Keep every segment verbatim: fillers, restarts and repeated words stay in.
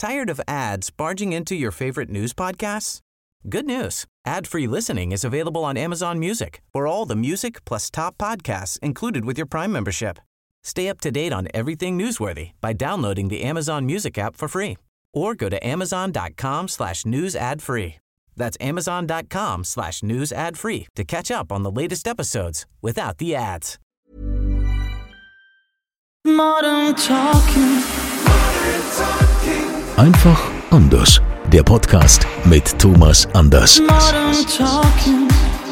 Tired of ads barging into your favorite news podcasts? Good news. Ad-free listening is available on Amazon Music for all the music plus top podcasts included with your Prime membership. Stay up to date on everything newsworthy by downloading the Amazon Music app for free or go to amazon.com slash news ad free. That's amazon.com slash news ad free to catch up on the latest episodes without the ads. Modern Talking. Einfach anders. Der Podcast mit Thomas Anders. Modern Talking.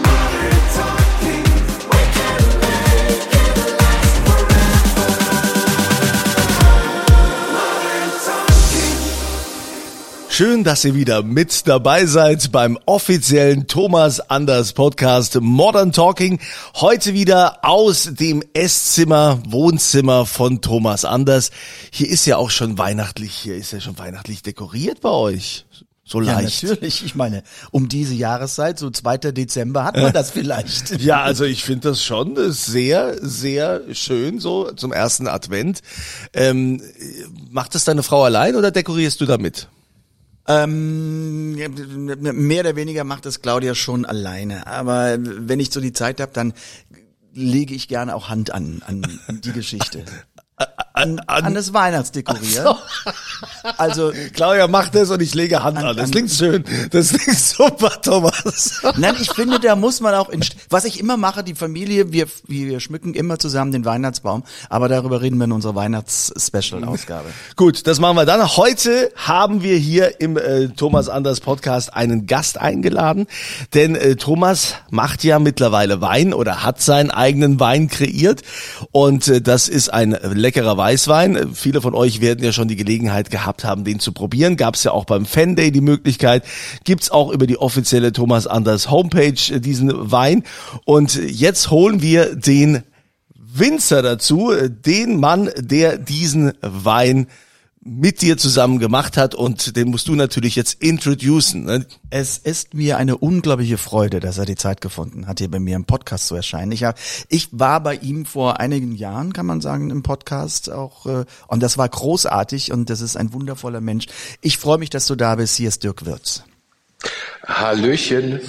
Schön, dass ihr wieder mit dabei seid beim offiziellen Thomas Anders Podcast Modern Talking. Heute wieder aus dem Esszimmer, Wohnzimmer von Thomas Anders. Hier ist ja auch schon weihnachtlich, hier ist ja schon weihnachtlich dekoriert bei euch. So leicht. Ja, natürlich. Ich meine, um diese Jahreszeit, so zweiter Dezember, hat man das vielleicht. Ja, also ich finde das schon sehr, sehr schön so zum ersten Advent. Ähm, macht das deine Frau allein oder dekorierst du damit? Ähm, mehr oder weniger macht das Claudia schon alleine. Aber wenn ich so die Zeit habe, dann lege ich gerne auch Hand an, an, an die Geschichte. An, an, an das Weihnachtsdekorieren. So. Also Claudia macht das und ich lege Hand an. an. Das klingt schön. Das klingt super, Thomas. Nein, ich finde, da muss man auch in, was ich immer mache, die Familie, wir, wir schmücken immer zusammen den Weihnachtsbaum, aber darüber reden wir in unserer Weihnachts-Special-Ausgabe. Gut, das machen wir dann. Heute haben wir hier im äh, Thomas Anders Podcast einen Gast eingeladen, denn äh, Thomas macht ja mittlerweile Wein oder hat seinen eigenen Wein kreiert und äh, das ist ein leckerer Weißwein. Viele von euch werden ja schon die Gelegenheit gehabt haben, den zu probieren. Gab es ja auch beim Fan Day die Möglichkeit. Gibt's auch über die offizielle Thomas Anders Homepage diesen Wein. Und jetzt holen wir den Winzer dazu, den Mann, der diesen Wein mit dir zusammen gemacht hat und den musst du natürlich jetzt introducen. Ne? Es ist mir eine unglaubliche Freude, dass er die Zeit gefunden hat, hier bei mir im Podcast zu erscheinen. Ich, hab, ich war bei ihm vor einigen Jahren, kann man sagen, im Podcast auch äh, und das war großartig und das ist ein wundervoller Mensch. Ich freue mich, dass du da bist. Hier ist Dirk Würz. Hallöchen.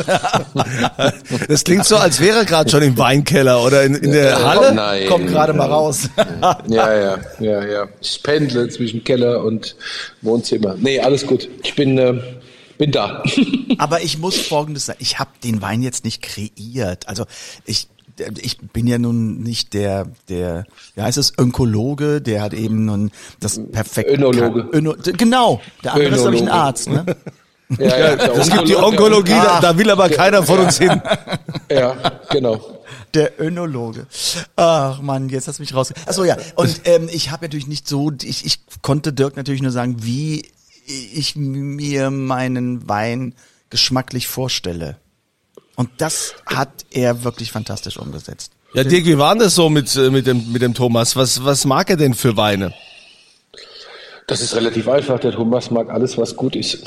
Das klingt so, als wäre er gerade schon im Weinkeller oder in, in der Halle. Oh nein. Kommt gerade mal raus. Ja, ja, ja, ja. Ich pendle zwischen Keller und Wohnzimmer. Nee, alles gut. Ich bin, äh, bin da. Aber ich muss Folgendes sagen. Ich habe den Wein jetzt nicht kreiert. Also ich Ich bin ja nun nicht der, der, wie heißt es, Önkologe, der hat eben nun das perfekte... Önologe. Öno, genau, der andere ist, glaube ich, ein Önologe. Arzt, ne? Ja, ja, Es gibt die Onkologie, da, da will aber keiner von uns hin. Ja, genau. Der Önologe. Ach Mann, jetzt hast du mich raus. Achso, ja. Und ähm, ich habe natürlich nicht so, ich, ich konnte Dirk natürlich nur sagen, wie ich mir meinen Wein geschmacklich vorstelle. Und das hat er wirklich fantastisch umgesetzt. Ja, Dirk, wie war denn das so mit, mit dem, mit dem Thomas? Was, was mag er denn für Weine? Das ist relativ einfach. Der Thomas mag alles, was gut ist.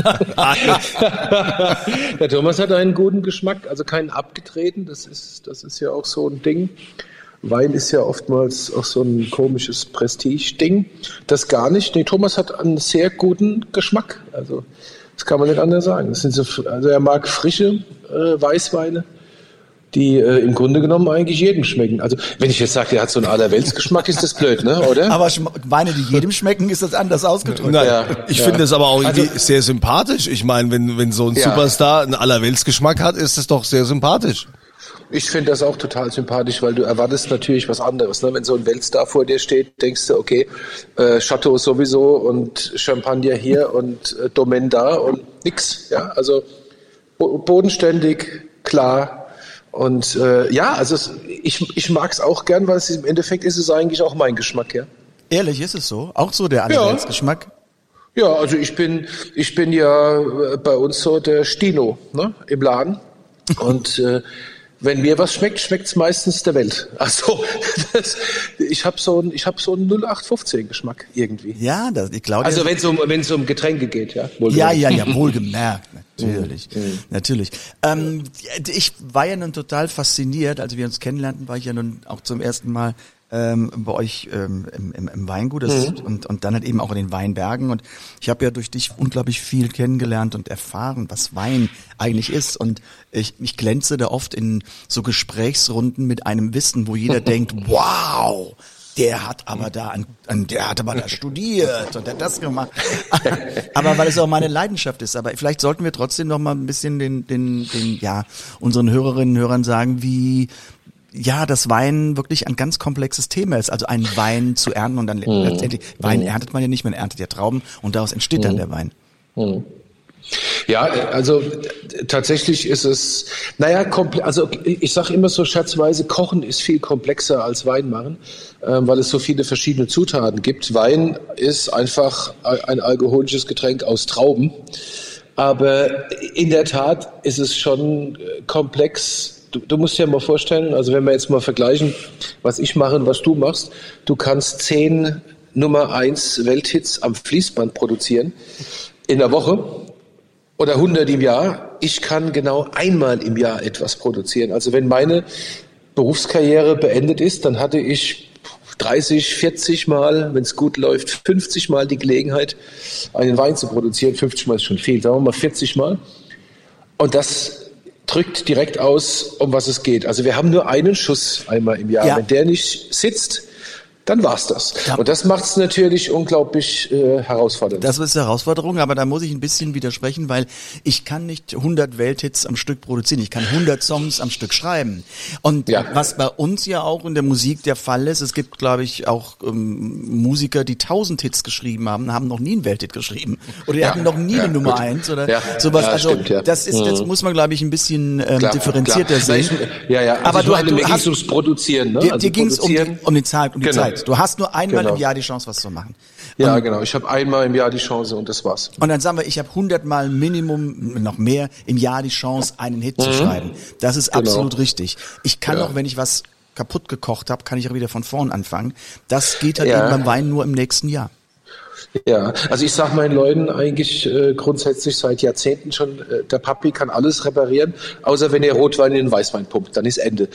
Der Thomas hat einen guten Geschmack, also keinen abgetreten. Das ist, das ist ja auch so ein Ding. Wein ist ja oftmals auch so ein komisches Prestige-Ding. Das gar nicht. Nee, Thomas hat einen sehr guten Geschmack. Also, das kann man nicht anders sagen. Das sind so, also er mag frische äh, Weißweine, die äh, im Grunde genommen eigentlich jedem schmecken. Also wenn ich jetzt sage, er hat so einen Allerweltsgeschmack, ist das blöd, ne? Oder? Aber Weine, die jedem schmecken, ist das anders ausgedrückt. Nein, ja, ich ja. finde es aber auch irgendwie Also, sehr sympathisch. Ich meine, wenn wenn so ein Ja. Superstar einen Allerweltsgeschmack hat, ist es doch sehr sympathisch. Ich finde das auch total sympathisch, weil du erwartest natürlich was anderes. Ne? Wenn so ein Weltstar vor dir steht, denkst du, okay, äh, Chateau sowieso und Champagner hier und äh, Domaine da und nix. Ja, also bo- bodenständig, klar. Und äh, ja, also es, ich, ich mag es auch gern, weil es im Endeffekt ist es eigentlich auch mein Geschmack, ja. Ehrlich, ist es so? Auch so der Allerweltsgeschmack? Ja, also ich bin, ich bin ja äh, bei uns so der Stino, ne, im Laden. Und äh, wenn mir was schmeckt, schmeckt es meistens der Welt. Also das, ich habe so ein, ich habe so einen null acht fünfzehn Geschmack irgendwie. Ja, das, die Claudia. Also wenn es um, wenn es um Getränke geht, ja. Ja, ja, ja, wohlgemerkt, natürlich, mhm. natürlich. Ähm, ich war ja nun total fasziniert, als wir uns kennenlernten, war ich ja nun auch zum ersten Mal ähm, bei euch ähm, im, im, im Weingut das, mhm. und, und dann halt eben auch in den Weinbergen. Und ich habe ja durch dich unglaublich viel kennengelernt und erfahren, was Wein eigentlich ist. Und ich, ich glänze da oft in so Gesprächsrunden mit einem Wissen, wo jeder denkt, wow, der hat aber da, an, an, der hat aber da studiert und der hat das gemacht. Aber weil es auch meine Leidenschaft ist. Aber vielleicht sollten wir trotzdem noch mal ein bisschen den, den, den, ja, unseren Hörerinnen und Hörern sagen, wie, ja, das Wein wirklich ein ganz komplexes Thema ist. Also einen Wein zu ernten und dann mhm. letztendlich, Wein mhm. erntet man ja nicht, man erntet ja Trauben und daraus entsteht mhm. dann der Wein. Mhm. Ja, also tatsächlich ist es, naja, komple- also ich sage immer so scherzweise, Kochen ist viel komplexer als Wein machen, äh, weil es so viele verschiedene Zutaten gibt. Wein ist einfach ein alkoholisches Getränk aus Trauben, aber in der Tat ist es schon komplex. Du, du musst dir mal vorstellen, also wenn wir jetzt mal vergleichen, was ich mache und was du machst, du kannst zehn Nummer eins Welthits am Fließband produzieren in der Woche. Oder hundert im Jahr. Ich kann genau einmal im Jahr etwas produzieren. Also wenn meine Berufskarriere beendet ist, dann hatte ich dreißig, vierzig Mal, wenn es gut läuft, fünfzig Mal die Gelegenheit, einen Wein zu produzieren. fünfzig Mal ist schon viel, sagen wir mal vierzig Mal. Und das drückt direkt aus, um was es geht. Also wir haben nur einen Schuss einmal im Jahr. Ja. Wenn der nicht sitzt, dann war's das. Ja. Und das macht es natürlich unglaublich äh, herausfordernd. Das ist eine Herausforderung, aber da muss ich ein bisschen widersprechen, weil ich kann nicht hundert Welthits am Stück produzieren. Ich kann hundert Songs am Stück schreiben. Und ja. was bei uns ja auch in der Musik der Fall ist, es gibt, glaube ich, auch ähm, Musiker, die tausend Hits geschrieben haben, haben noch nie einen Welthit geschrieben. Oder die ja. hatten noch nie ja, eine Nummer gut. eins oder ja. sowas. Ja, also stimmt, ja. das ist, das muss man, glaube ich, ein bisschen ähm, klar, differenzierter klar. sehen. Ja, ja. Also aber du, meine, du mir hast ums Produzieren, ne? Dir, also dir ging es um, um die Zeit, um die genau. Zeit. Du hast nur einmal genau. im Jahr die Chance, was zu machen. Ja, und, genau. Ich habe einmal im Jahr die Chance und das war's. Und dann sagen wir, ich habe hundertmal Minimum, noch mehr im Jahr die Chance, einen Hit mhm. zu schreiben. Das ist genau. absolut richtig. Ich kann ja. auch, wenn ich was kaputt gekocht habe, kann ich auch wieder von vorn anfangen. Das geht halt ja. eben beim Wein nur im nächsten Jahr. Ja, also ich sage meinen Leuten eigentlich äh, grundsätzlich seit Jahrzehnten schon, äh, der Papi kann alles reparieren, außer wenn ihr Rotwein in den Weißwein pumpt, dann ist Ende.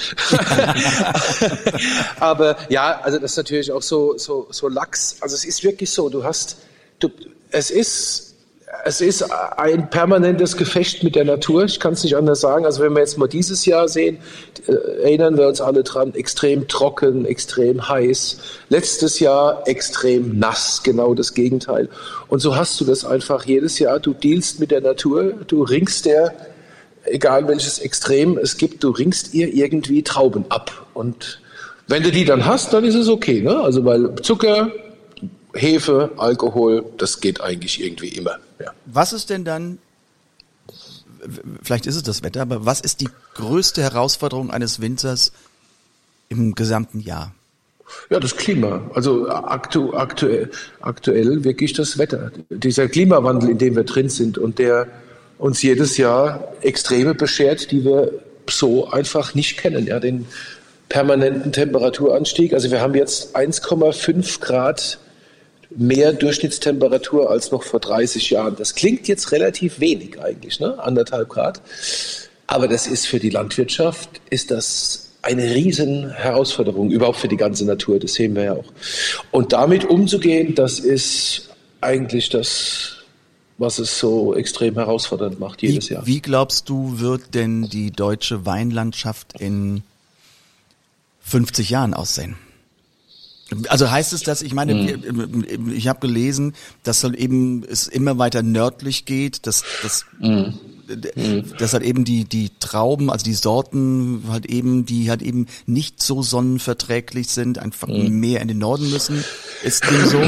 Aber ja, also das ist natürlich auch so so so lax. Also es ist wirklich so, du hast, du, es ist es ist ein permanentes Gefecht mit der Natur. Ich kann es nicht anders sagen. Also wenn wir jetzt mal dieses Jahr sehen, äh, erinnern wir uns alle dran, extrem trocken, extrem heiß. Letztes Jahr extrem nass, genau das Gegenteil. Und so hast du das einfach jedes Jahr. Du dealst mit der Natur, du ringst der, egal welches Extrem es gibt, du ringst ihr irgendwie Trauben ab. Und wenn du die dann hast, dann ist es okay, ne? Also weil Zucker, Hefe, Alkohol, das geht eigentlich irgendwie immer. Ja. Was ist denn dann, vielleicht ist es das Wetter, aber was ist die größte Herausforderung eines Winzers im gesamten Jahr? Ja, das Klima. Also aktu, aktuell, aktuell wirklich das Wetter. Dieser Klimawandel, in dem wir drin sind und der uns jedes Jahr Extreme beschert, die wir so einfach nicht kennen. Ja, den permanenten Temperaturanstieg. Also wir haben jetzt eins Komma fünf Grad mehr Durchschnittstemperatur als noch vor dreißig Jahren. Das klingt jetzt relativ wenig eigentlich, ne? Anderthalb Grad. Aber das ist für die Landwirtschaft, ist das eine riesen Herausforderung, überhaupt für die ganze Natur, das sehen wir ja auch. Und damit umzugehen, das ist eigentlich das, was es so extrem herausfordernd macht jedes wie, Jahr. Wie glaubst du, wird denn die deutsche Weinlandschaft in fünfzig Jahren aussehen? Also heißt es, dass ich meine, mhm. ich habe gelesen, dass halt eben es immer weiter nördlich geht, dass dass, mhm. dass halt eben die die Trauben, also die Sorten halt eben, die halt eben nicht so sonnenverträglich sind, einfach mhm. mehr in den Norden müssen. Ist dem so?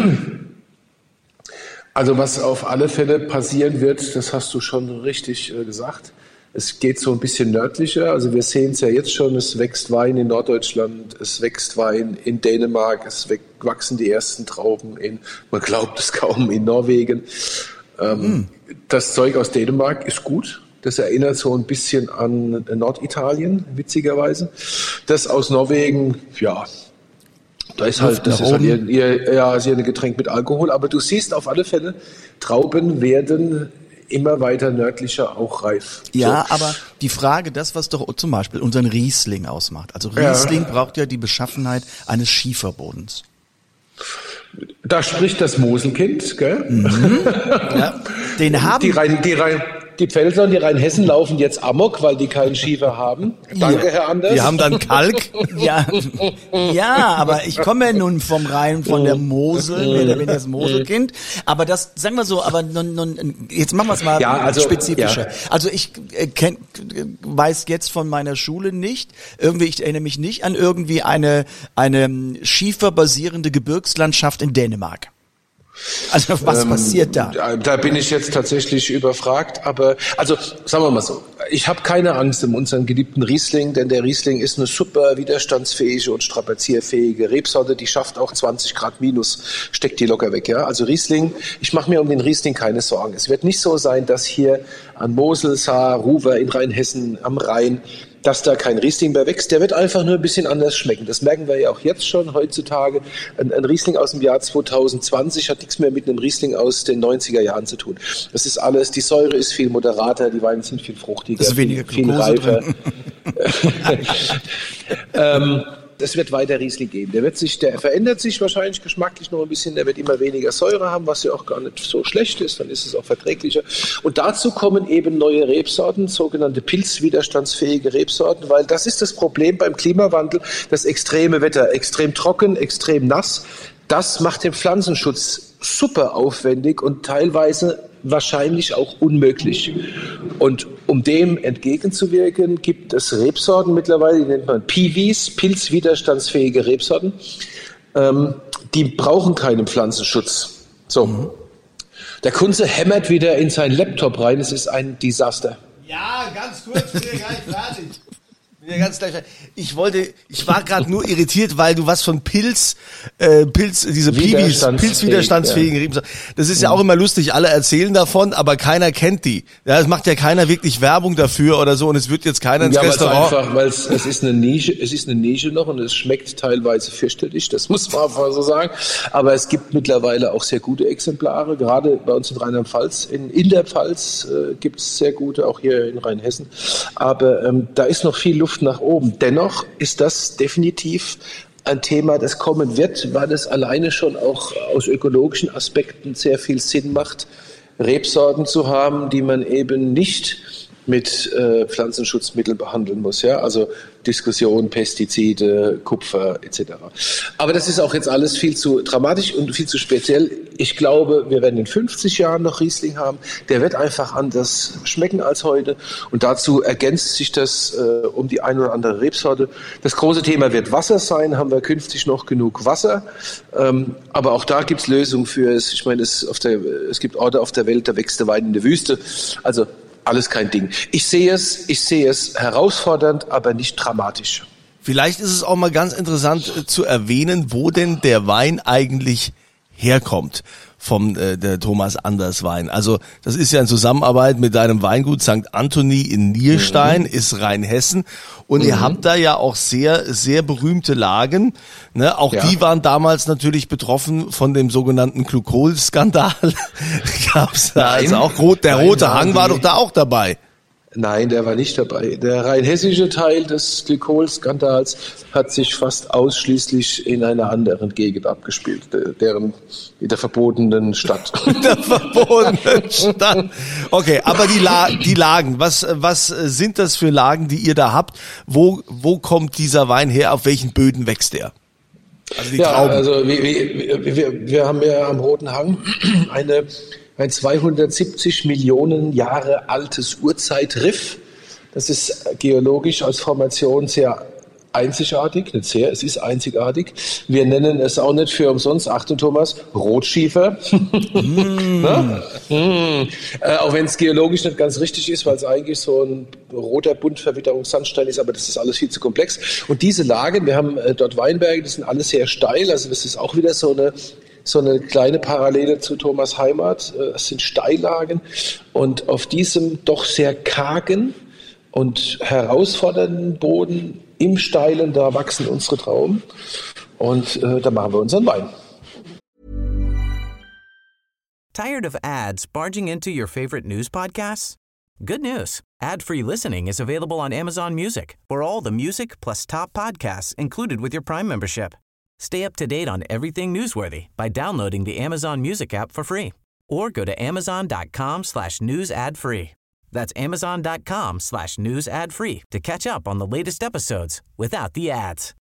Also was auf alle Fälle passieren wird, das hast du schon richtig äh, gesagt. Es geht so ein bisschen nördlicher, also wir sehen es ja jetzt schon, es wächst Wein in Norddeutschland, es wächst Wein in Dänemark, es wachsen die ersten Trauben in, man glaubt es kaum, in Norwegen. Ähm, mm. Das Zeug aus Dänemark ist gut, das erinnert so ein bisschen an Norditalien, witzigerweise. Das aus Norwegen, ja, da ist halt, das ist halt ihr, ihr, ja, ist ihr ein Getränk mit Alkohol, aber du siehst auf alle Fälle, Trauben werden immer weiter nördlicher auch reif. Ja, so. aber die Frage, das, was doch zum Beispiel unseren Riesling ausmacht. Also Riesling ja. braucht ja die Beschaffenheit eines Schieferbodens. Da spricht das Moselkind, gell? Mhm. Ja. Den haben die Rhein, die Rhein, die Pfälzer und die Rheinhessen laufen jetzt amok, weil die keinen Schiefer haben. Danke, ja. Herr Anders. Die haben dann Kalk. Ja, ja, aber ich komme ja nun vom Rhein, von der Mosel, mehr oder weniger das Moselkind. Aber das, sagen wir so, aber nun, nun, jetzt machen wir es mal ja, also, spezifischer. Ja. Also ich äh, kenn, weiß jetzt von meiner Schule nicht, irgendwie, ich erinnere mich nicht an irgendwie eine, eine schieferbasierende Gebirgslandschaft in Dänemark. Also was ähm, passiert da? Da bin ich jetzt tatsächlich überfragt, aber also sagen wir mal so, ich habe keine Angst um unseren geliebten Riesling, denn der Riesling ist eine super widerstandsfähige und strapazierfähige Rebsorte, die schafft auch zwanzig Grad minus, steckt die locker weg. Ja, also Riesling, ich mache mir um den Riesling keine Sorgen. Es wird nicht so sein, dass hier an Mosel, Saar, Ruwer in Rheinhessen am Rhein, dass da kein Riesling mehr wächst, der wird einfach nur ein bisschen anders schmecken. Das merken wir ja auch jetzt schon heutzutage. Ein, ein Riesling aus dem Jahr zwanzig zwanzig hat nichts mehr mit einem Riesling aus den neunziger Jahren zu tun. Das ist alles, die Säure ist viel moderater, die Weine sind viel fruchtiger, ist weniger viel, viel reifer. ähm, Es wird weiter Riesling geben. Der wird sich, der verändert sich wahrscheinlich geschmacklich noch ein bisschen. Der wird immer weniger Säure haben, was ja auch gar nicht so schlecht ist. Dann ist es auch verträglicher. Und dazu kommen eben neue Rebsorten, sogenannte pilzwiderstandsfähige Rebsorten, weil das ist das Problem beim Klimawandel. Das extreme Wetter, extrem trocken, extrem nass. Das macht den Pflanzenschutz super aufwendig und teilweise wahrscheinlich auch unmöglich. Und um dem entgegenzuwirken, gibt es Rebsorten mittlerweile, die nennt man P Vs, pilzwiderstandsfähige Rebsorten. Ähm, die brauchen keinen Pflanzenschutz. So. Mhm. Der Kunze hämmert wieder in seinen Laptop rein. Es ist ein Desaster. Ja, ganz kurz, bin ja gleich fertig. Ja, ganz gleich. Ich wollte, ich war gerade nur irritiert, weil du was von Pilz, äh, Pilz, diese Piwis, pilzwiderstandsfähigen Reben. Das ist ja auch immer lustig, alle erzählen davon, aber keiner kennt die. Ja, es macht ja keiner wirklich Werbung dafür oder so und es wird jetzt keiner ins ja, Restaurant. Einfach, weil es, es ist eine Nische, es ist eine Nische noch und es schmeckt teilweise fürchterlich, das muss man einfach so sagen. Aber es gibt mittlerweile auch sehr gute Exemplare, gerade bei uns in Rheinland-Pfalz, in, in der Pfalz äh, gibt es sehr gute, auch hier in Rheinhessen. Aber ähm, da ist noch viel Luft nach oben. Dennoch ist das definitiv ein Thema, das kommen wird, weil es alleine schon auch aus ökologischen Aspekten sehr viel Sinn macht, Rebsorten zu haben, die man eben nicht mit äh, Pflanzenschutzmitteln behandeln muss. Ja? Also Diskussion, Pestizide, Kupfer et cetera. Aber das ist auch jetzt alles viel zu dramatisch und viel zu speziell. Ich glaube, wir werden in fünfzig Jahren noch Riesling haben. Der wird einfach anders schmecken als heute. Und dazu ergänzt sich das äh, um die eine oder andere Rebsorte. Das große Thema wird Wasser sein. Haben wir künftig noch genug Wasser? Ähm, aber auch da gibt es Lösungen für es. Ich meine, es, auf der, es gibt Orte auf der Welt, da wächst der Wein in der Wüste. Also alles kein Ding. Ich sehe es, ich sehe es herausfordernd, aber nicht dramatisch. Vielleicht ist es auch mal ganz interessant äh, zu erwähnen, wo denn der Wein eigentlich herkommt vom äh, der Thomas Anders Wein. Also das ist ja in Zusammenarbeit mit deinem Weingut Sankt Anthony in Nierstein, mhm. ist Rheinhessen. Und mhm. ihr habt da ja auch sehr, sehr berühmte Lagen. Ne? Auch ja. die waren damals natürlich betroffen von dem sogenannten Glukol-Skandal. Gab's da Nein. also auch rot, der Nein, rote Hang war doch da auch dabei. Nein, der war nicht dabei. Der rheinhessische Teil des Glykol-Skandals hat sich fast ausschließlich in einer anderen Gegend abgespielt, deren in der verbotenen Stadt. In der verbotenen Stadt. Okay, aber die, La- die Lagen, was, was sind das für Lagen, die ihr da habt? Wo, wo kommt dieser Wein her? Auf welchen Böden wächst der? Also die ja, Trauben. Also wir, wir, wir, wir haben ja am Roten Hang eine ein zweihundertsiebzig Millionen Jahre altes Urzeitriff. Das ist geologisch als Formation sehr einzigartig, nicht sehr, es ist einzigartig. Wir nennen es auch nicht für umsonst, Achtung Thomas, Rotschiefer. Mm. mm. Äh, auch wenn es geologisch nicht ganz richtig ist, weil es eigentlich so ein roter Buntverwitterungssandstein ist, aber das ist alles viel zu komplex. Und diese Lagen, wir haben äh, dort Weinberge, die sind alle sehr steil, also das ist auch wieder so eine So eine kleine Parallele zu Thomas Heimat. Es sind Steillagen und auf diesem doch sehr kargen und herausfordernden Boden im Steilen, da wachsen unsere Trauben und äh, da machen wir unseren Wein. Tired of ads barging into your favorite news podcasts? Good news. Ad-free listening is available on Amazon Music for all the music plus top podcasts included with your Prime membership. Stay up to date on everything newsworthy by downloading the Amazon Music app for free or go to amazon.com slash news ad free. That's amazon.com slash news ad free to catch up on the latest episodes without the ads.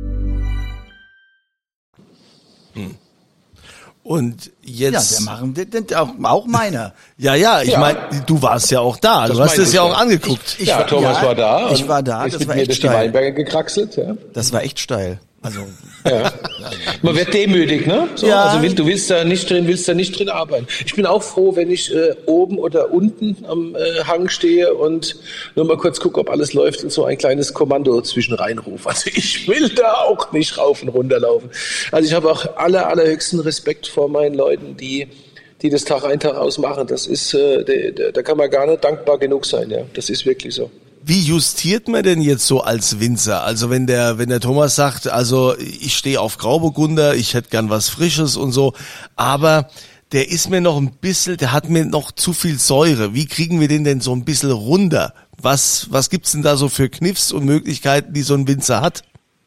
Hm. Und jetzt... Ja, der machen, der, der, auch, auch meiner. Ja, ja, ich Ja. meine, du warst ja auch da. Das Du hast meinte es ich ja ja. auch angeguckt. Ich ja, war- Thomas ja, war da. ich und war da, ist das mit war mir echt durch die steil. Weinberge gekraxelt. Ja. Das war echt steil. Also, Ja. Man wird demütig, ne? So, Ja. Also willst, du willst da nicht drin, willst da nicht drin arbeiten. Ich bin auch froh, wenn ich äh, oben oder unten am äh, Hang stehe und nur mal kurz gucke, ob alles läuft und so ein kleines Kommando zwischen reinrufe. Also ich will da auch nicht rauf und runter laufen. Also ich habe auch aller, allerhöchsten Respekt vor meinen Leuten, die die das Tag ein, Tag aus machen. Das ist, äh, de, de, da kann man gar nicht dankbar genug sein. Ja, das ist wirklich so. Wie justiert man denn jetzt so als Winzer? Also wenn der, wenn der Thomas sagt, also ich stehe auf Grauburgunder, ich hätte gern was Frisches und so, aber der ist mir noch ein bisschen, der hat mir noch zu viel Säure. Wie kriegen wir den denn so ein bisschen runter? Was, was gibt's denn da so für Kniffs und Möglichkeiten, die so ein Winzer hat?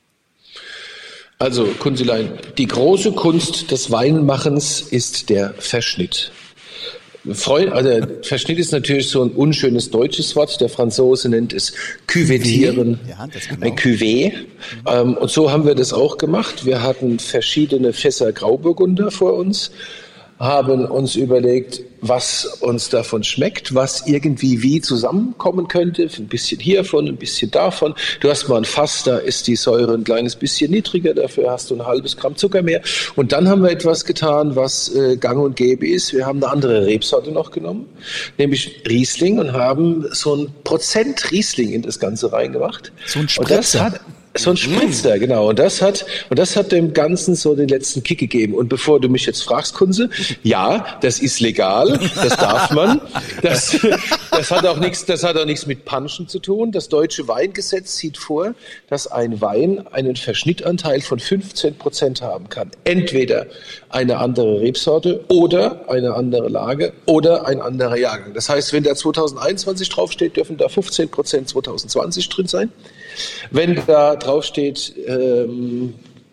Also, Kunzilein, die große Kunst des Weinmachens ist der Verschnitt. Freund, also Verschnitt ist natürlich so ein unschönes deutsches Wort. Der Franzose nennt es Cuvetieren, Ja, das genau. ein Cuvée. Ähm, und so haben wir das auch gemacht. Wir hatten verschiedene Fässer Grauburgunder vor uns, haben uns überlegt, was uns davon schmeckt, was irgendwie wie zusammenkommen könnte. Ein bisschen hiervon, ein bisschen davon. Du hast mal ein Fass, da ist die Säure ein kleines bisschen niedriger, dafür hast du ein halbes Gramm Zucker mehr. Und dann haben wir etwas getan, was äh, gang und gäbe ist. Wir haben eine andere Rebsorte noch genommen, nämlich Riesling, und haben so ein Prozent Riesling in das Ganze reingemacht. So ein Und das Spritzer. hat So ein Spritzer, genau. Und das hat, und das hat dem Ganzen so den letzten Kick gegeben. Und bevor du mich jetzt fragst, Kunze, ja, das ist legal, das darf man. Das, das hat auch nichts, das hat auch nichts mit Punchen zu tun. Das deutsche Weingesetz sieht vor, dass ein Wein einen Verschnittanteil von fünfzehn Prozent haben kann. Entweder eine andere Rebsorte oder eine andere Lage oder ein anderer Jahrgang. Das heißt, wenn da zwanzig einundzwanzig draufsteht, dürfen da fünfzehn Prozent zwanzig zwanzig drin sein. Wenn da draufsteht ähm,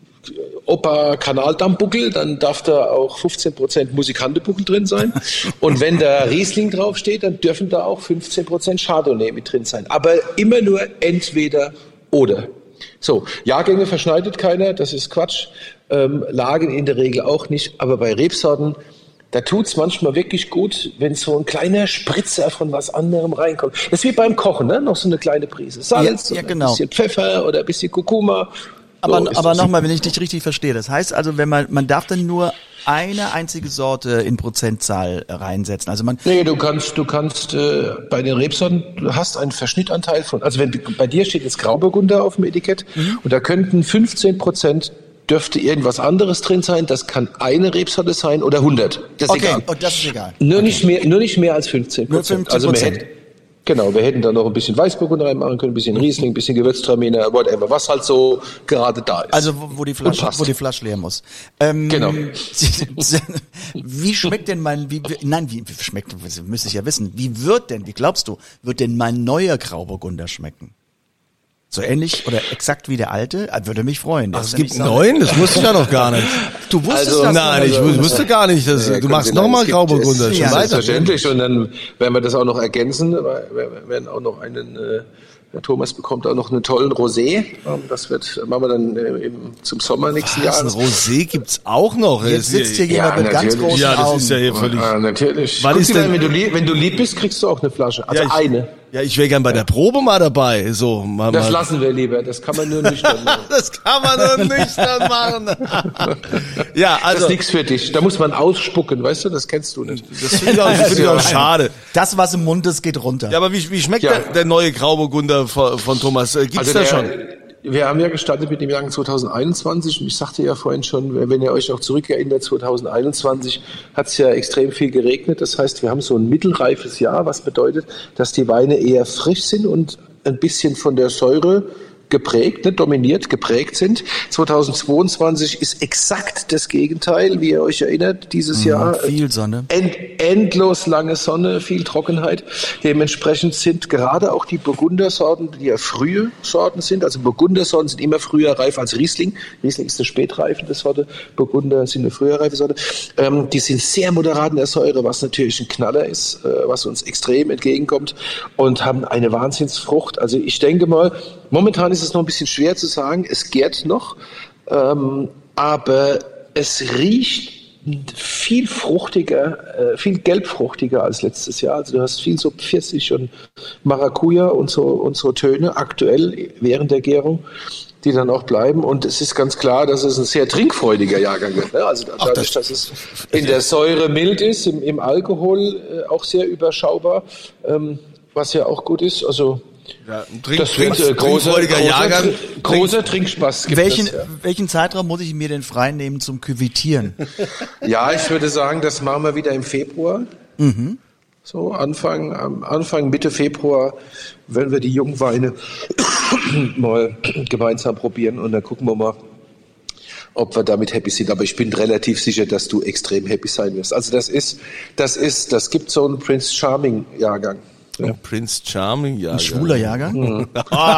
Opa Kanaldammbuckel, dann darf da auch fünfzehn Prozent Musikantenbuckel drin sein. Und wenn da Riesling draufsteht, dann dürfen da auch fünfzehn Prozent Chardonnay mit drin sein. Aber immer nur entweder oder. So, Jahrgänge verschneidet keiner, das ist Quatsch. Ähm, Lagen in der Regel auch nicht. Aber bei Rebsorten, da tut's manchmal wirklich gut, wenn so ein kleiner Spritzer von was anderem reinkommt. Das ist wie beim Kochen, ne? Noch so eine kleine Prise Salz, Ja, ja, oder genau. ein bisschen Pfeffer oder ein bisschen Kurkuma. aber So ist aber das. nochmal, wenn ich dich richtig verstehe. Das heißt also, wenn man, man darf dann nur eine einzige Sorte in Prozentzahl reinsetzen. Also man, Nee, du kannst, du kannst äh, bei den Rebsorten, du hast einen Verschnittanteil von, also wenn bei dir steht jetzt Grauburgunder auf dem Etikett Mhm. und da könnten fünfzehn Prozent dürfte irgendwas anderes drin sein. Das kann eine Rebsorte sein oder hundert. Das ist okay, egal. und das ist egal. Nur nicht mehr, nur nicht mehr als fünfzehn Nur Prozent. fünfzehn Also wir Prozent. hätten, genau, wir hätten da noch ein bisschen Weißburgunder reinmachen können, ein bisschen Riesling, ein bisschen Gewürztraminer, whatever, was halt so gerade da ist. Also wo, wo die Flasche, Und passt. wo die Flasche leer muss. Ähm, Genau. Wie schmeckt denn mein, wie, wie- nein, wie, wie schmeckt, müsste ich ja wissen. Wie wird denn, wie glaubst du, wird denn mein neuer Grauburgunder schmecken? So ähnlich oder exakt wie der alte? Ah, würde mich freuen. Der Ach, ist es ja gibt nicht einen so- neuen? Das wusste ich ja noch gar nicht. Du wusstest Also- das? Nein, ich also- wus- wusste gar nicht, dass Ja, du machst Kunzilein, nochmal es gibt- Grauburgunder. es- Schon Ja, weiter. Selbstverständlich. Und dann werden wir das auch noch ergänzen. weil Wir werden auch noch einen, äh, der Thomas bekommt auch noch einen tollen Rosé. Ähm, Das wird, machen wir dann äh, im, zum Sommer nächsten Was, ein Jahres. Rosé gibt's auch noch? Jetzt sitzt hier Ja, jemand mit ganz natürlich. großen Ja, das Augen. ist ja hier völlig... Ja, natürlich. Wann ist Kunzilein, denn- wenn, du lieb, wenn du lieb bist, kriegst du auch eine Flasche. Also ja, ich, eine. Ja, ich wäre gern bei der Probe mal dabei. So, mal, Das mal. lassen wir lieber. Das kann man nur nicht machen. Das kann man nur nüchtern machen. Ja, Das also, ist nichts für dich. Da muss man ausspucken, weißt du? Das kennst du nicht. das finde ich auch, das find ich auch schade. Das, was im Mund ist, geht runter. Ja, aber wie, wie schmeckt Ja. der, der neue Grauburgunder von, von Thomas? Äh, Gibt's da der, schon? Wir haben ja gestartet mit dem Jahrgang zwanzig einundzwanzig und ich sagte ja vorhin schon, wenn ihr euch noch zurückerinnert, zwanzig einundzwanzig hat es ja extrem viel geregnet. Das heißt, wir haben so ein mittelreifes Jahr, was bedeutet, dass die Weine eher frisch sind und ein bisschen von der Säure geprägt, nicht dominiert, geprägt sind. zweitausendzweiundzwanzig ist exakt das Gegenteil, wie ihr euch erinnert, dieses Mhm, Jahr. viel Sonne. End, endlos lange Sonne, viel Trockenheit. Dementsprechend sind gerade auch die Burgundersorten, die ja frühe Sorten sind, also Burgundersorten sind immer früher reif als Riesling. Riesling ist eine spätreifende Sorte, Burgunder sind eine früher reife Sorte. Ähm, die sind sehr moderat in der Säure, was natürlich ein Knaller ist, äh, was uns extrem entgegenkommt und haben eine Wahnsinnsfrucht. Also ich denke mal, momentan ist es noch ein bisschen schwer zu sagen, es gärt noch, ähm, aber es riecht viel fruchtiger, äh, viel gelbfruchtiger als letztes Jahr. Also du hast viel so Pfirsich und Maracuja und so, und so Töne aktuell während der Gärung, die dann auch bleiben. Und es ist ganz klar, dass es ein sehr trinkfreudiger Jahrgang wird. Ne? Also Ach, dadurch, das dass es in der Säure mild ist, im, im Alkohol äh, auch sehr überschaubar, ähm, was ja auch gut ist. Also Ja, Trink, das wird äh, großer, großer, Jahrgang, großer Trinkspaß. Gibt Welchen, es, ja. welchen Zeitraum muss ich mir denn frei nehmen zum Küvitieren? Ja, ich würde sagen, das machen wir wieder im Februar. Mhm. So Anfang, am Anfang, Mitte Februar, wenn wir die Jungweine mal gemeinsam probieren und dann gucken wir mal, ob wir damit happy sind. Aber ich bin relativ sicher, dass du extrem happy sein wirst. Also das ist, das ist, das gibt so einen Prince Charming Jahrgang. Ja. Prince Charming, ja. Ein schwuler Jahrgang? Mhm.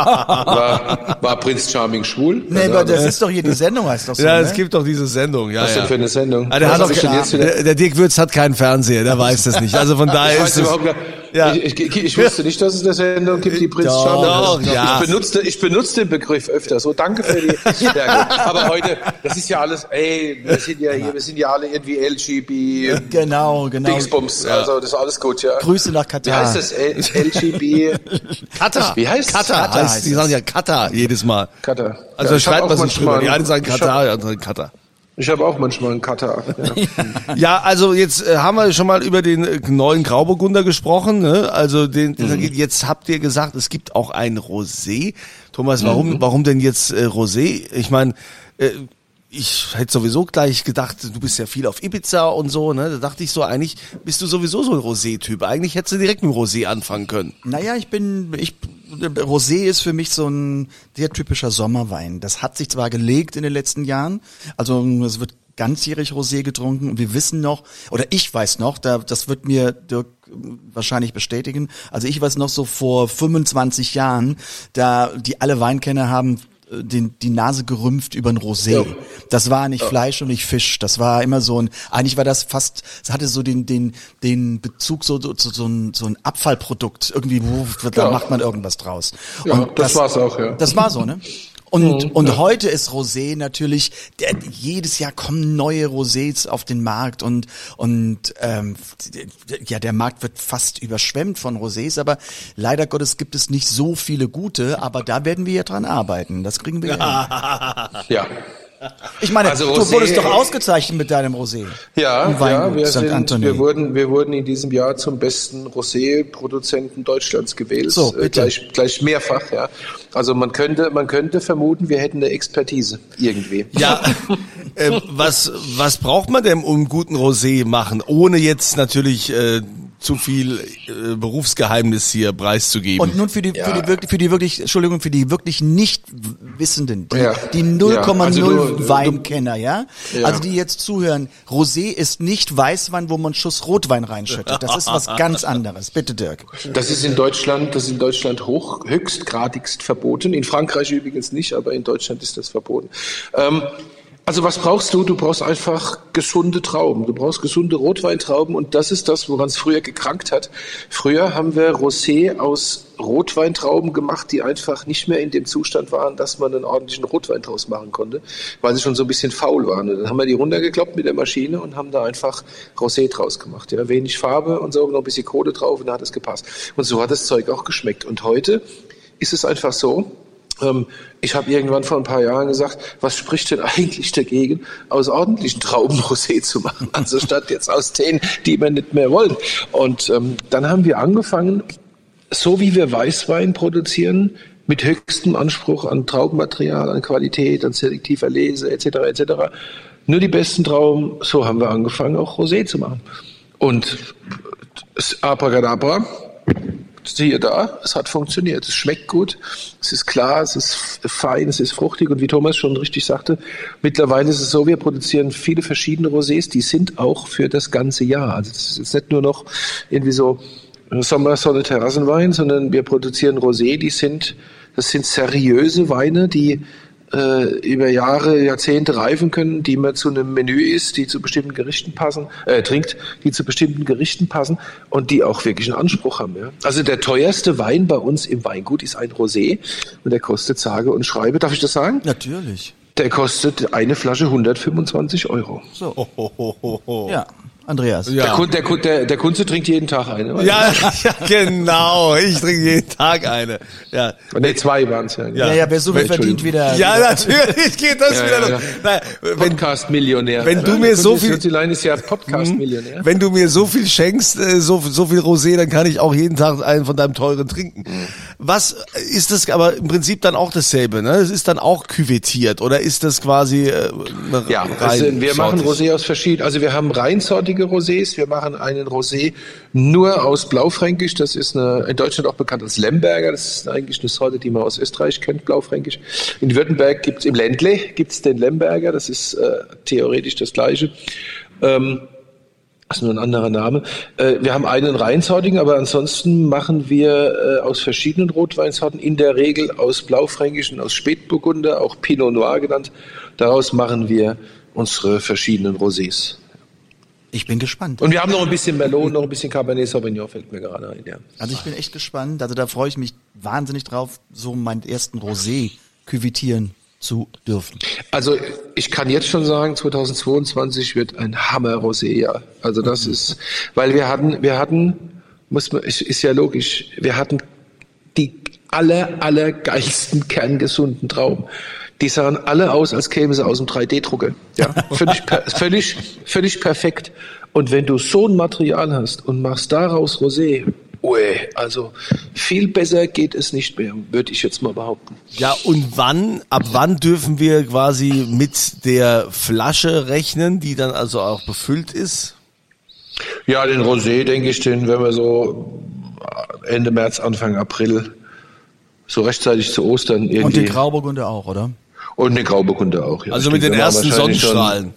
War, war Prinz Charming schwul? Nee, aber das ist doch hier die Sendung, heißt doch so. Ja, ne? es gibt doch diese Sendung. Ja, Was ja. denn für eine Sendung? Ah, der, Was hat hab doch, ich denn jetzt wieder? der, der Dirk Würz hat keinen Fernseher, der weiß das nicht. Also von daher Ich ist weiß es, überhaupt gar ja. ich, ich, ich wusste nicht, dass es eine Sendung gibt, die Prinz Doch, Charming doch, ja. ich, benutze, ich benutze den Begriff öfter. So, danke für die Stärke. Aber heute, das ist ja alles, ey, wir sind ja hier, wir sind ja alle irgendwie L G B, Genau, genau. Dingsbums, also das ist alles gut, ja. Grüße nach Wie Katar. heißt das? L- LGB? Katar. Wie heißt Katar? Katar heißt, heißt die es. sagen ja Katar jedes Mal. Katar. Also Ja, da ich hab schreibt auch man sich drüber. manchmal- Die einen sagen ich hab- Katar, die anderen sagen Katar. Ich habe auch manchmal einen Katar. Ja. Ja, also jetzt äh, haben wir schon mal über den äh, neuen Grauburgunder gesprochen. Ne? Also den, mhm. jetzt habt ihr gesagt, es gibt auch ein Rosé. Thomas, warum, mhm. warum denn jetzt äh, Rosé? Ich meine, äh, ich hätte sowieso gleich gedacht, du bist ja viel auf Ibiza und so. Ne? Da dachte ich so, eigentlich bist du sowieso so ein Rosé-Typ. Eigentlich hättest du direkt mit Rosé anfangen können. Naja, ich bin, ich, Rosé ist für mich so ein sehr typischer Sommerwein. Das hat sich zwar gelegt in den letzten Jahren, also es wird ganzjährig Rosé getrunken und wir wissen noch, oder ich weiß noch, da, das wird mir Dirk wahrscheinlich bestätigen, also ich weiß noch so vor fünfundzwanzig Jahren, da die alle Weinkenner haben den, die Nase gerümpft über ein Rosé. Ja. Das war nicht ja. Fleisch und nicht Fisch. Das war immer so ein, eigentlich war das fast, es hatte so den, den, den Bezug so, so, so ein, so ein Abfallprodukt. Irgendwie, wo, da ja. macht man irgendwas draus. Ja, und das, das war's auch, ja. Das war so, ne? Und, mhm, und ja. heute ist Rosé natürlich, der, jedes Jahr kommen neue Rosés auf den Markt und, und ähm, ja, der Markt wird fast überschwemmt von Rosés, aber leider Gottes gibt es nicht so viele gute, aber da werden wir ja dran arbeiten. Das kriegen wir ja. Ja. Ich meine, also du Rosé, wurdest doch ausgezeichnet mit deinem Rosé. Ja, ja wir, Sankt sind, wir, wurden, wir wurden in diesem Jahr zum besten Rosé-Produzenten Deutschlands gewählt. So, bitte. Äh, gleich, gleich mehrfach, ja. Also man könnte, man könnte vermuten, wir hätten eine Expertise irgendwie. Ja, äh, was, was braucht man denn, um einen guten Rosé machen, ohne jetzt natürlich äh, zu viel äh, Berufsgeheimnis hier preiszugeben? Und nun für die, ja. für die wirklich, für die wirklich, Entschuldigung, für die wirklich nicht Wissenden, die, ja. die null Komma null ja. also Weinkenner, ja? ja? Also die jetzt zuhören, Rosé ist nicht Weißwein, wo man einen Schuss Rotwein reinschüttet. Das ist was ganz anderes. Bitte, Dirk. Das ist in Deutschland, das ist in Deutschland hoch, höchstgradigst verboten. In Frankreich übrigens nicht, aber in Deutschland ist das verboten. Ähm, Also was brauchst du? Du brauchst einfach gesunde Trauben. Du brauchst gesunde Rotweintrauben und das ist das, woran es früher gekrankt hat. Früher haben wir Rosé aus Rotweintrauben gemacht, die einfach nicht mehr in dem Zustand waren, dass man einen ordentlichen Rotwein draus machen konnte, weil sie schon so ein bisschen faul waren. Und dann haben wir die runtergekloppt mit der Maschine und haben da einfach Rosé draus gemacht. Ja, wenig Farbe und so, noch ein bisschen Kohle drauf und dann hat es gepasst. Und so hat das Zeug auch geschmeckt. Und heute ist es einfach so, ich habe irgendwann vor ein paar Jahren gesagt, was spricht denn eigentlich dagegen, aus ordentlichen Trauben Rosé zu machen, also statt jetzt aus denen, die wir nicht mehr wollen. Und ähm, dann haben wir angefangen, so wie wir Weißwein produzieren, mit höchstem Anspruch an Traubenmaterial, an Qualität, an selektiver Lese et cetera et cetera. Nur die besten Trauben, so haben wir angefangen, auch Rosé zu machen. Und Abracadabra, siehe da, es hat funktioniert. Es schmeckt gut, es ist klar, es ist fein, es ist fruchtig und wie Thomas schon richtig sagte, mittlerweile ist es so, wir produzieren viele verschiedene Rosés, die sind auch für das ganze Jahr. Also es ist jetzt nicht nur noch irgendwie so Sommer, Sonne, Terrassenwein, sondern wir produzieren Rosé, die sind, das sind seriöse Weine, die äh, über Jahre, Jahrzehnte reifen können, die man zu einem Menü isst, die zu bestimmten Gerichten passen, äh, trinkt, die zu bestimmten Gerichten passen und die auch wirklich einen Anspruch haben. Ja. Also der teuerste Wein bei uns im Weingut ist ein Rosé und der kostet sage und schreibe, darf ich das sagen? Natürlich. Der kostet eine Flasche hundertfünfundzwanzig Euro. So. Oh, oh, oh, oh, oh. Ja. Andreas. Ja. Der, Kunde, der, Kunde, der, der Kunze trinkt jeden Tag eine. Ja, ja, genau. Ich trinke jeden Tag eine. Ja. Ne, zwei waren es ja. Ja, ja, wer so viel verdient wieder. Ja, wieder. Natürlich geht das ja, wieder ja, los. ja. Podcast-Millionär. Wenn du mir so viel, ist ja Podcast-Millionär. Wenn du mir so viel schenkst, so, so viel Rosé, dann kann ich auch jeden Tag einen von deinem teuren trinken. Mhm. Was ist das aber im Prinzip dann auch dasselbe, ne? Es ist dann auch küvettiert oder ist das quasi, äh, ja, also wir machen Rosé aus verschiedenen, also wir haben reinsortige Rosés, wir machen einen Rosé nur aus Blaufränkisch, das ist eine, in Deutschland auch bekannt als Lemberger, das ist eigentlich eine Sorte, die man aus Österreich kennt, Blaufränkisch. In Württemberg gibt's im Ländle gibt's den Lemberger, das ist äh, theoretisch das Gleiche. Ähm, Das ist nur ein anderer Name. Wir haben einen reinsortigen, aber ansonsten machen wir aus verschiedenen Rotweinsorten, in der Regel aus Blaufränkischen, aus Spätburgunder, auch Pinot Noir genannt. Daraus machen wir unsere verschiedenen Rosés. Ich bin gespannt. Und wir haben noch ein bisschen Merlot, noch ein bisschen Cabernet Sauvignon, fällt mir gerade ein. Ja. Also ich bin echt gespannt. Also da freue ich mich wahnsinnig drauf, so meinen ersten Rosé küvitieren zu dürfen. Also ich kann jetzt schon sagen, zweitausendzweiundzwanzig wird ein Hammer-Rosé-Jahr. Also das mhm. ist, weil wir hatten, wir hatten, muss man, ist ja logisch, wir hatten die aller, aller geilsten kerngesunden Trauben. Die sahen alle aus, als kämen sie aus dem drei D Drucker. Ja, völlig, völlig, völlig perfekt. Und wenn du so ein Material hast und machst daraus Rosé, ui, also viel besser geht es nicht mehr, würde ich jetzt mal behaupten. Ja, und wann, ab wann dürfen wir quasi mit der Flasche rechnen, die dann also auch befüllt ist? Ja, den Rosé, denke ich, den werden wir so Ende März, Anfang April, so rechtzeitig zu Ostern irgendwie. Und den Grauburgunder auch, oder? Und den Grauburgunder auch, ja. Also mit den ersten Sonnenstrahlen.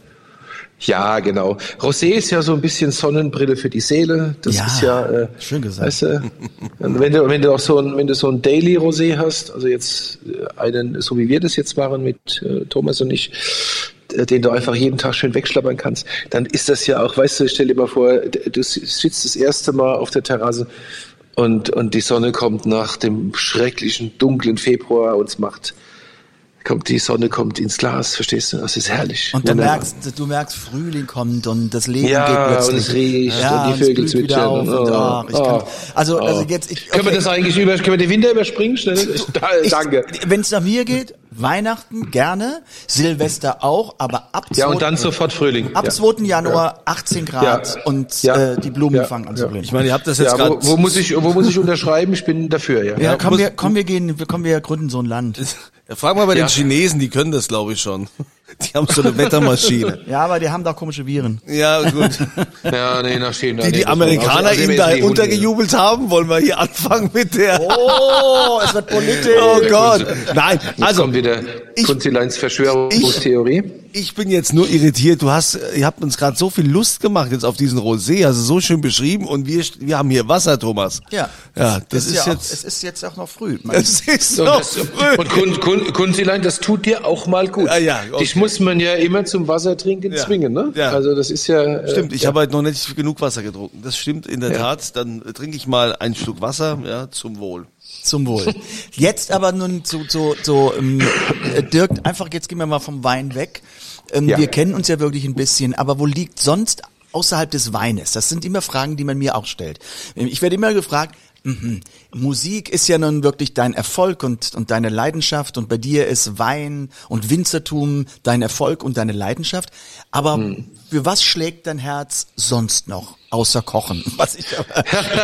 Ja, genau. Rosé ist ja so ein bisschen Sonnenbrille für die Seele. Das ja, ist ja, äh, schön gesagt. Weißt du, wenn du, wenn du auch so ein, wenn du so ein Daily Rosé hast, also jetzt einen, so wie wir das jetzt machen mit äh, Thomas und ich, den du einfach jeden Tag schön wegschlappern kannst, dann ist das ja auch, weißt du, stell dir mal vor, du sitzt das erste Mal auf der Terrasse und, und die Sonne kommt nach dem schrecklichen, dunklen Februar und es macht kommt die Sonne kommt ins Glas, verstehst du? Das ist herrlich. Und du merkst, du merkst, Frühling kommt und das Leben ja, geht plötzlich. Und es riecht ja, und die Vögel zwitschern. Und, und, oh, ich kann, also, oh. also jetzt, ich, okay. Können wir das eigentlich über, können wir den Winter überspringen? Schnell? Ich, danke. Wenn es nach mir geht, Weihnachten gerne, Silvester auch, aber ab ja und dann sofort Frühling. Ab ja. zweiten Januar ja. achtzehn Grad ja. und ja. Äh, die Blumen ja. fangen an zu blühen. Ich meine, ihr habt das jetzt ja, gerade. Wo, wo muss ich, wo muss ich unterschreiben? Ich bin dafür. Ja. Ja, ja komm, wir, komm, wir gehen, wir kommen, wir gründen so ein Land. Ja, frag mal bei ja. den Chinesen, die können das, glaube ich, schon. Die haben so eine Wettermaschine. Ja, aber die haben doch komische Viren. Ja, gut. Ja, nee, nach China. Die nee, die Amerikaner also, ihnen da untergejubelt haben, wollen wir hier anfangen mit der. Oh, es wird politisch. Oh Gott. Nein, Jetzt also. kommt wieder Kunzileins Verschwörungstheorie. Ich, ich bin jetzt nur irritiert. Du hast, ihr habt uns gerade so viel Lust gemacht jetzt auf diesen Rosé, also so schön beschrieben und wir, wir haben hier Wasser, Thomas. Ja. Ja, das ist, ist ja jetzt. Auch, es ist jetzt auch noch früh. Es ist und noch das, früh. Und Kun, Kun, Kunzilein, das tut dir auch mal gut. Ja, ja, okay. Dich muss man ja immer zum Wasser trinken Ja. zwingen, ne? Ja. Also das ist ja. Stimmt, ich ja. habe halt noch nicht genug Wasser getrunken. Das stimmt in der Ja. Tat. Dann trinke ich mal einen Schluck Wasser, ja, zum Wohl. Zum Wohl. Jetzt aber nun zu, zu, zu ähm, Dirk, einfach jetzt gehen wir mal vom Wein weg. Ähm, Ja. Wir kennen uns ja wirklich ein bisschen, aber wo liegt sonst außerhalb des Weines? Das sind immer Fragen, die man mir auch stellt. Ich werde immer gefragt, mhm, Musik ist ja nun wirklich dein Erfolg und, und deine Leidenschaft und bei dir ist Wein und Winzertum dein Erfolg und deine Leidenschaft. Aber hm. für was schlägt dein Herz sonst noch? Außer Kochen. Was ich aber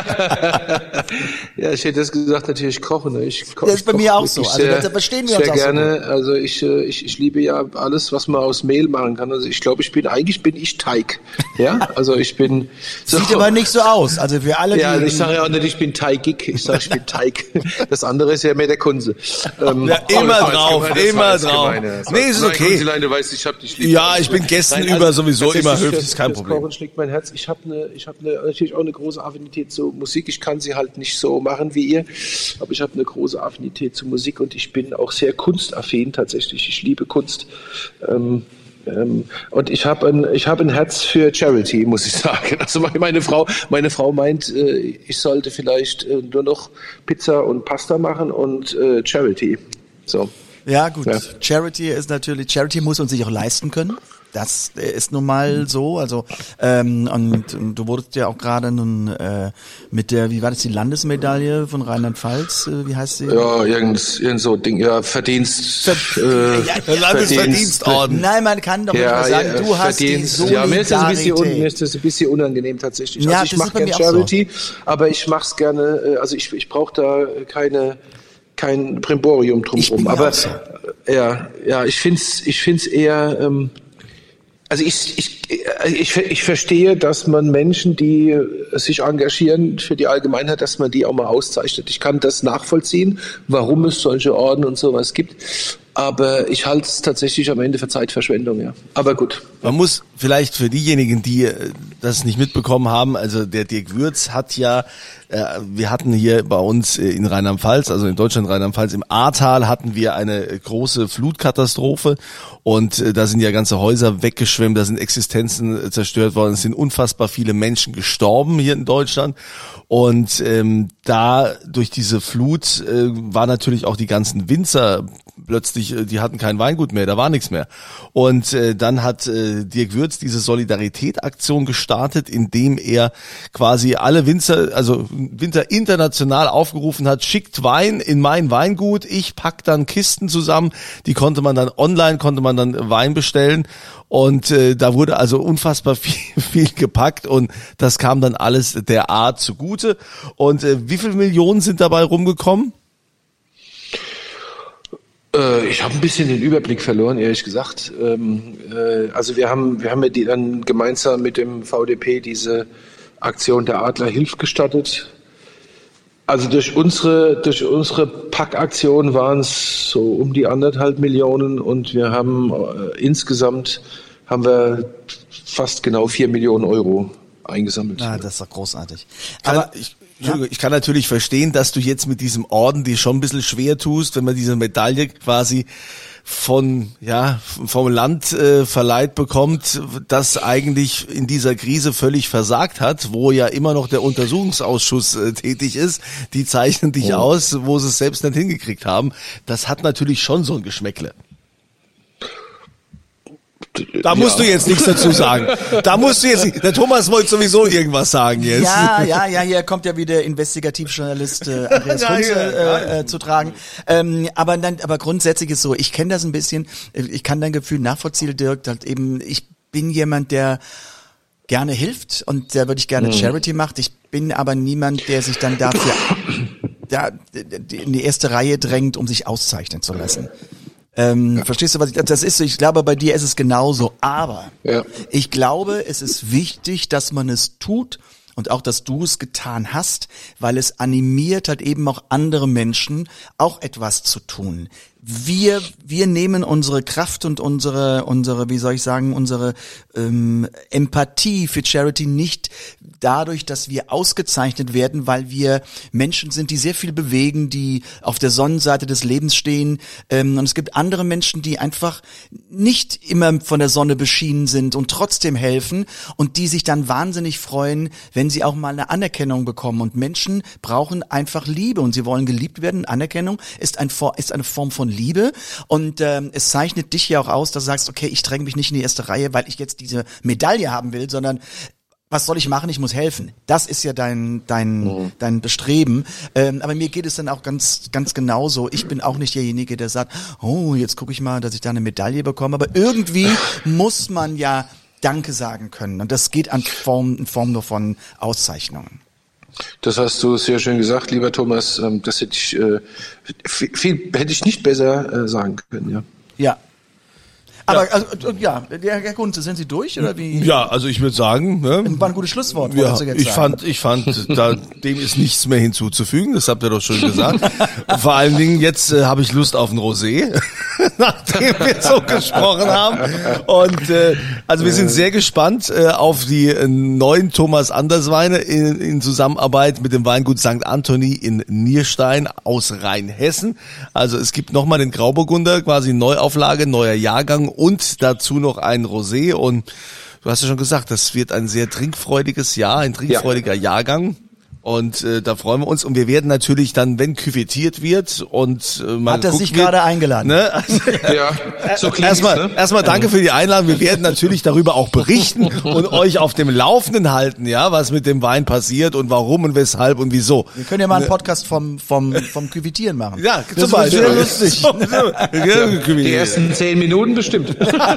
ja, ich hätte das gesagt, natürlich kochen. Ne? Ich ko- das ist bei ich mir koche auch so. wirklich Also sehr, da verstehen wir sehr uns auch gerne. so. Also ich, äh, ich, ich liebe ja alles, was man aus Mehl machen kann. Also ich glaube, ich bin eigentlich bin ich Teig. Ja, also ich bin. So, Sieht aber nicht so aus. Also für alle, ja, die ich sage ja auch nicht, ich bin teigig. Ich sage, ich bin Teig. Das andere ist ja mehr der Kunze. Ähm, ja, immer drauf, gemein, immer drauf. Gemein, nee, ist okay. Kunzilein, du weißt, ich hab dich lieb. Ja, ich bin Gästen Nein, über also, sowieso immer höflich, ist kein Problem. Kochen schlägt mein Herz. Ich habe eine, ich habe eine, natürlich auch eine große Affinität zu Musik. Ich kann sie halt nicht so machen wie ihr, aber ich habe eine große Affinität zu Musik und ich bin auch sehr kunstaffin tatsächlich. Ich liebe Kunst. Ähm, Ähm, und ich habe ein, ich habe ein Herz für Charity, muss ich sagen. Also meine Frau, meine Frau meint, äh, ich sollte vielleicht äh, nur noch Pizza und Pasta machen und äh, Charity. So. Ja, gut. Ja. Charity ist natürlich, Charity muss man sich auch leisten können. Das ist nun mal so, also ähm, und, und du wurdest ja auch gerade nun äh, mit der, wie war das, die Landesmedaille von Rheinland-Pfalz, äh, wie heißt sie? Ja, irgend, irgend so Ding, ja, Verdienst, Ver äh, ja, ja, Landesverdienstorden. Nein, man kann doch ja, nicht mal sagen, ja, du hast die Solidarität. Ja, mir ist das ein bisschen, mir ist das ein bisschen unangenehm tatsächlich. Ja, also ich mache gerne Charity, so. aber ich mache es gerne, also ich, ich brauche da keine kein Brimborium drumherum. Aber so. ja, ja, ich find's, ich find's eher ähm, Also ich, ich, ich, ich verstehe, dass man Menschen, die sich engagieren für die Allgemeinheit, dass man die auch mal auszeichnet. Ich kann das nachvollziehen, warum es solche Orden und sowas gibt. Aber ich halte es tatsächlich am Ende für Zeitverschwendung, ja. Aber gut. Man muss vielleicht für diejenigen, die das nicht mitbekommen haben, also der Dirk Würz hat ja, äh, wir hatten hier bei uns in Rheinland-Pfalz, also in Deutschland Rheinland-Pfalz, im Ahrtal hatten wir eine große Flutkatastrophe und äh, da sind ja ganze Häuser weggeschwemmt, da sind Existenzen äh, zerstört worden, es sind unfassbar viele Menschen gestorben hier in Deutschland und ähm, da durch diese Flut äh, war natürlich auch die ganzen Winzer plötzlich, die hatten kein Weingut mehr, da war nichts mehr. Und äh, dann hat äh, Dirk Würz diese Solidarität-Aktion gestartet, indem er quasi alle Winzer, also Winzer international aufgerufen hat, schickt Wein in mein Weingut, ich pack dann Kisten zusammen, die konnte man dann online, konnte man dann Wein bestellen und äh, da wurde also unfassbar viel, viel gepackt und das kam dann alles der Art zugute. Und äh, wie viele Millionen sind dabei rumgekommen? Ich habe ein bisschen den Überblick verloren, ehrlich gesagt. Also wir haben, wir haben ja die dann gemeinsam mit dem V D P diese Aktion der Adler hilft gestartet. Also durch unsere, durch unsere Packaktion waren es so um die anderthalb Millionen und wir haben äh, insgesamt haben wir fast genau vier Millionen Euro eingesammelt. Ah, das ist doch großartig. Aber ich, Entschuldigung, ich kann natürlich verstehen, dass du jetzt mit diesem Orden dir schon ein bisschen schwer tust, wenn man diese Medaille quasi von ja vom Land äh, verleiht bekommt, das eigentlich in dieser Krise völlig versagt hat, wo ja immer noch der Untersuchungsausschuss äh, tätig ist. Die zeichnen dich oh. aus, wo sie es selbst nicht hingekriegt haben. Das hat natürlich schon so ein Geschmäckle. Da musst ja. du jetzt nichts dazu sagen. Da musst du jetzt nicht. Der Thomas wollte sowieso irgendwas sagen jetzt. Ja, ja, ja, hier kommt ja wieder Investigativjournalist äh, Andreas Kunze äh, äh, zu tragen. Ähm, aber dann, aber grundsätzlich ist so, ich kenne das ein bisschen, ich kann dein Gefühl nachvollziehen, Dirk, halt eben, ich bin jemand, der gerne hilft und der wirklich gerne mhm. Charity macht. Ich bin aber niemand, der sich dann dafür da, in die erste Reihe drängt, um sich auszeichnen zu lassen. Ähm, ja. Verstehst du, was ich, das ist so, ich glaube, bei dir ist es genauso, aber ja. ich glaube, es ist wichtig, dass man es tut und auch, dass du es getan hast, weil es animiert halt eben auch andere Menschen, auch etwas zu tun. Wir, wir nehmen unsere Kraft und unsere, unsere, wie soll ich sagen, unsere ähm, Empathie für Charity nicht dadurch, dass wir ausgezeichnet werden, weil wir Menschen sind, die sehr viel bewegen, die auf der Sonnenseite des Lebens stehen. Ähm, und es gibt andere Menschen, die einfach nicht immer von der Sonne beschienen sind und trotzdem helfen und die sich dann wahnsinnig freuen, wenn sie auch mal eine Anerkennung bekommen. Und Menschen brauchen einfach Liebe und sie wollen geliebt werden. Anerkennung ist, ein, ist eine Form von Liebe und ähm, es zeichnet dich ja auch aus, dass du sagst, okay, ich dränge mich nicht in die erste Reihe, weil ich jetzt diese Medaille haben will, sondern was soll ich machen? Ich muss helfen. Das ist ja dein dein mhm. dein Bestreben. Ähm, aber mir geht es dann auch ganz ganz genauso. Ich bin auch nicht derjenige, der sagt, oh, jetzt gucke ich mal, dass ich da eine Medaille bekomme. Aber irgendwie muss man ja Danke sagen können. Und das geht an Form, in Form nur von Auszeichnungen. Das hast du sehr schön gesagt, lieber Thomas. Das hätte ich, äh, viel, hätte ich nicht besser äh, sagen können, ja. Ja. Aber also, ja, Herr Herr Kunze, sind Sie durch oder wie? Ja, also ich würde sagen, ne? War ein gutes Schlusswort. Ja, wollten Sie jetzt ich sagen. fand, ich fand, da, dem ist nichts mehr hinzuzufügen. Das habt ihr doch schon gesagt. Und vor allen Dingen jetzt äh, habe ich Lust auf ein Rosé, nachdem wir so gesprochen haben. Und äh, also wir sind sehr gespannt äh, auf die äh, neuen Thomas Anders Weine in, in Zusammenarbeit mit dem Weingut Sankt Anthony in Nierstein aus Rheinhessen. Also es gibt nochmal den Grauburgunder, quasi Neuauflage, neuer Jahrgang und dazu noch ein Rosé. Und du hast ja schon gesagt, das wird ein sehr trinkfreudiges Jahr, ein trinkfreudiger ja. Jahrgang. Und äh, da freuen wir uns. Und wir werden natürlich dann, wenn küvettiert wird und äh, mal Hat er sich wird, gerade eingeladen? Ne? Ja, so klingt's, Erstmal, ne? erstmal danke für die Einladung. Wir werden natürlich darüber auch berichten und euch auf dem Laufenden halten, ja, was mit dem Wein passiert und warum und weshalb und wieso. Wir können ja mal einen Podcast vom vom vom Küvitieren machen. Ja, das zum Beispiel. Sehr lustig. Die ersten zehn Minuten bestimmt.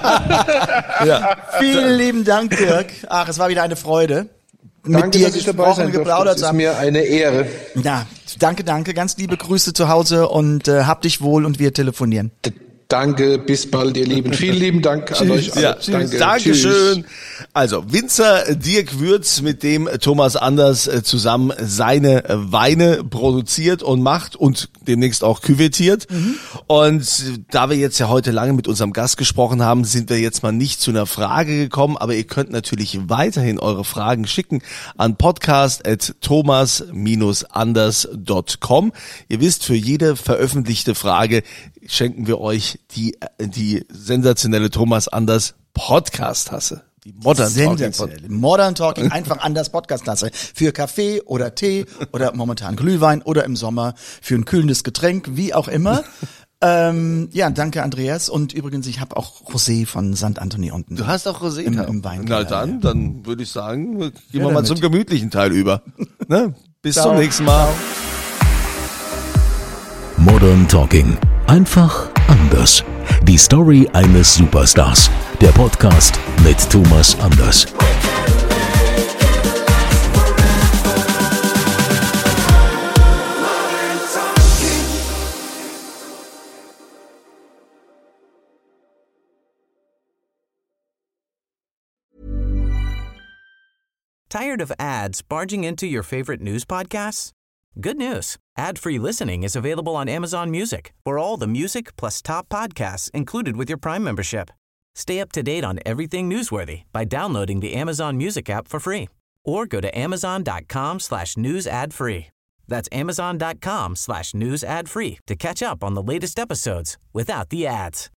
Ja. Vielen lieben Dank, Dirk. Ach, es war wieder eine Freude. Danke, mit dir dass ich dabei gesprochen, sein durfte. geplaudert Das ist haben. mir eine Ehre. Ja, danke, danke. Ganz liebe Grüße zu Hause und äh, hab dich wohl und wir telefonieren. D- Danke, bis bald, ihr Lieben. Vielen lieben Dank an euch alle. Ja, Danke. Dankeschön. Also Winzer Dirk Würz, mit dem Thomas Anders äh, zusammen seine äh, Weine produziert und macht und demnächst auch küvettiert. Mhm. Und äh, da wir jetzt ja heute lange mit unserem Gast gesprochen haben, sind wir jetzt mal nicht zu einer Frage gekommen, aber ihr könnt natürlich weiterhin eure Fragen schicken an podcast at thomas anders dot com. Ihr wisst, für jede veröffentlichte Frage schenken wir euch die die sensationelle Thomas Anders Podcast-Tasse. Die Modern Talking. Modern Talking, einfach anders Podcast-Tasse. Für Kaffee oder Tee oder momentan Glühwein oder im Sommer für ein kühlendes Getränk, wie auch immer. ähm, ja, danke Andreas. Und übrigens, ich habe auch Rosé von Sankt Anthony unten. Du hast auch Rosé im, da. im Wein. Na dann, ja. dann würde ich sagen, gehen ja, wir mal damit. zum gemütlichen Teil über. Ne? Bis Ciao. zum nächsten Mal. Ciao. Modern Talking. Einfach anders. Die Story eines Superstars. Der Podcast mit Thomas Anders. Tired of ads barging into your favorite news podcasts? Good news. Ad-free listening is available on Amazon Music for all the music plus top podcasts included with your Prime membership. Stay up to date on everything newsworthy by downloading the Amazon Music app for free or go to amazon.com slash news ad free. That's amazon.com slash news ad free to catch up on the latest episodes without the ads.